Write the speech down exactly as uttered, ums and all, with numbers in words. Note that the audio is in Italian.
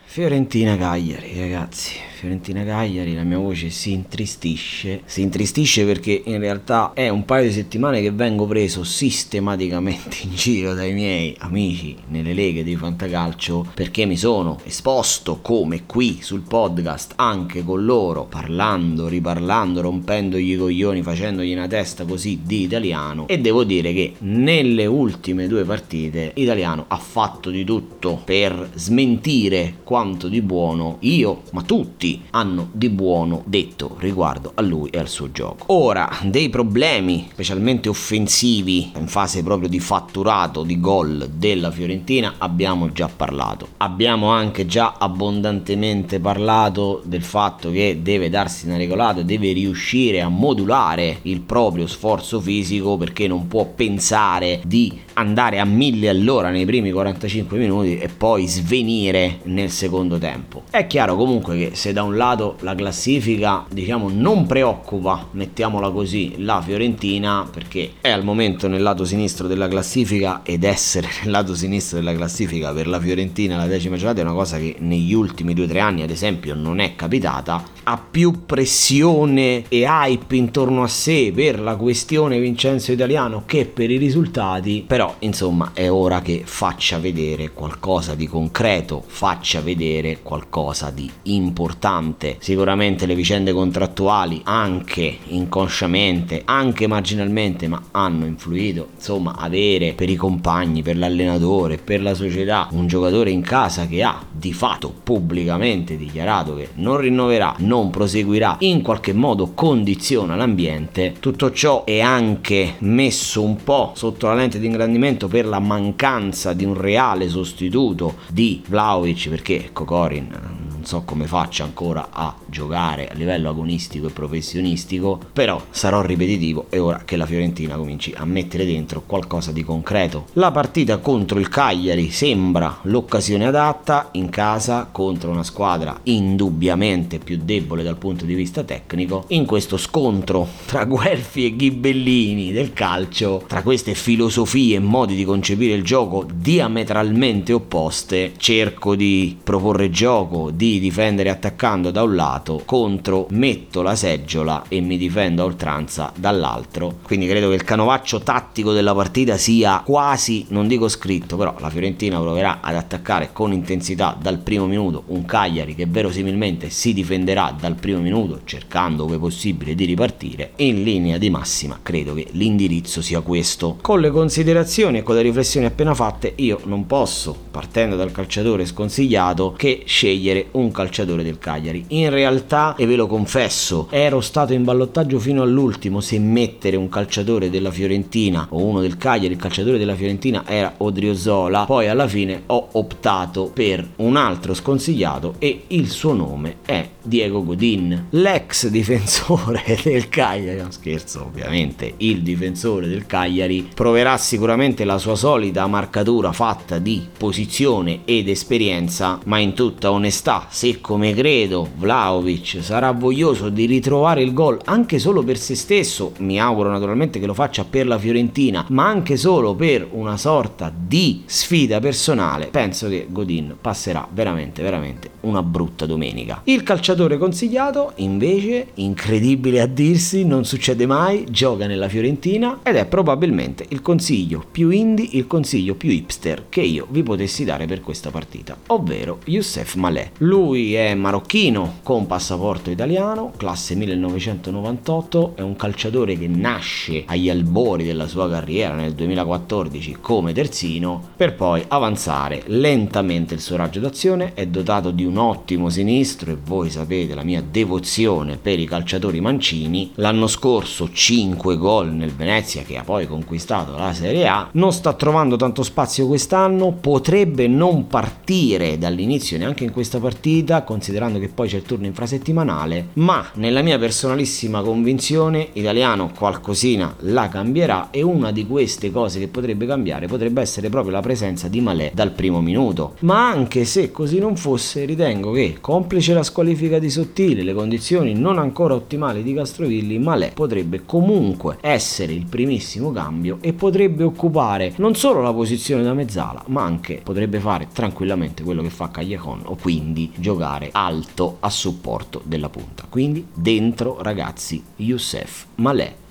Fiorentina-Cagliari, ragazzi, Fiorentina-Cagliari, la mia voce si intristisce, si intristisce perché in realtà è un paio di settimane che vengo preso sistematicamente in giro dai miei amici nelle leghe di fantacalcio perché mi sono esposto come qui sul podcast anche con loro, parlando, riparlando, rompendogli i coglioni, facendogli una testa così di italiano, e devo dire che nelle ultime due partite Italiano ha fatto di tutto per smentire quanto di buono io, ma tutti hanno di buono detto riguardo a lui e al suo gioco. Ora, dei problemi specialmente offensivi in fase proprio di fatturato di gol della Fiorentina abbiamo già parlato. Abbiamo anche già abbondantemente parlato del fatto che deve darsi una regolata, deve riuscire a modulare il proprio sforzo fisico, perché non può pensare di andare a mille all'ora nei primi quarantacinque minuti e poi svenire nel secondo tempo. È chiaro comunque che se da un lato la classifica, diciamo, non preoccupa, mettiamola così, la Fiorentina, perché è al momento nel lato sinistro della classifica, ed essere nel lato sinistro della classifica per la Fiorentina la decima giornata è una cosa che negli ultimi due o tre anni ad esempio non è capitata, ha più pressione e hype intorno a sé per la questione Vincenzo Italiano che per i risultati, però insomma è ora che faccia vedere qualcosa di concreto, faccia vedere qualcosa di importante. Sicuramente le vicende contrattuali anche inconsciamente, anche marginalmente, ma hanno influito. Insomma, avere per i compagni, per l'allenatore, per la società un giocatore in casa che ha di fatto pubblicamente dichiarato che non rinnoverà, non proseguirà, in qualche modo condiziona l'ambiente. Tutto ciò è anche messo un po' sotto la lente di ingrandimento per la mancanza di un reale sostituto di Vlahovic, perché Kokorin non so come faccia ancora a giocare a livello agonistico e professionistico, però sarò ripetitivo, è ora che la Fiorentina cominci a mettere dentro qualcosa di concreto. La partita contro il Cagliari sembra l'occasione adatta, in casa contro una squadra indubbiamente più debole dal punto di vista tecnico. In questo scontro tra guelfi e ghibellini del calcio, tra queste filosofie e modi di concepire il gioco diametralmente opposte, cerco di proporre gioco, di difendere attaccando da un lato contro metto la seggiola e mi difendo a oltranza dall'altro. Quindi credo che il canovaccio tattico della partita sia quasi, non dico scritto, però la Fiorentina proverà ad attaccare con intensità dal primo minuto un Cagliari che verosimilmente si difenderà dal primo minuto cercando ove possibile di ripartire. In linea di massima credo che l'indirizzo sia questo. Con le considerazioni e con le riflessioni appena fatte, io non posso, partendo dal calciatore sconsigliato, che scegliere un calciatore del Cagliari. In realtà, e ve lo confesso, ero stato in ballottaggio fino all'ultimo se mettere un calciatore della Fiorentina o uno del Cagliari. Il calciatore della Fiorentina era Odriozola, poi alla fine ho optato per un altro sconsigliato e il suo nome è Diego Godin, l'ex difensore del Cagliari. No, scherzo, ovviamente il difensore del Cagliari proverà sicuramente la sua solita marcatura fatta di posizione ed esperienza, ma in tutta onestà, se come credo Vlahovic sarà voglioso di ritrovare il gol anche solo per se stesso, mi auguro naturalmente che lo faccia per la Fiorentina, ma anche solo per una sorta di sfida personale, penso che Godin passerà veramente veramente una brutta domenica. Il calciatore consigliato invece, incredibile a dirsi, non succede mai, gioca nella Fiorentina ed è probabilmente il consiglio più indie, il consiglio più hipster che io vi potessi dare per questa partita, ovvero Youssef Malé. Lui è marocchino con passaporto italiano, classe millenovecentonovantotto, è un calciatore che nasce agli albori della sua carriera nel duemilaquattordici come terzino per poi avanzare lentamente il suo raggio d'azione. È dotato di un ottimo sinistro e voi sapete la mia devozione per i calciatori mancini. L'anno scorso cinque gol nel Venezia che ha poi conquistato la Serie A, non sta trovando tanto spazio quest'anno, potrebbe non partire dall'inizio neanche in questa partita partita, considerando che poi c'è il turno infrasettimanale, ma nella mia personalissima convinzione Italiano qualcosina la cambierà, e una di queste cose che potrebbe cambiare potrebbe essere proprio la presenza di Malè dal primo minuto. Ma anche se così non fosse, ritengo che, complice la squalifica di Sottile, le condizioni non ancora ottimali di Castrovilli, Malè potrebbe comunque essere il primissimo cambio e potrebbe occupare non solo la posizione da mezzala, ma anche potrebbe fare tranquillamente quello che fa Callejon, o quindi giocare alto a supporto della punta. Quindi dentro, ragazzi, Youssef, Malè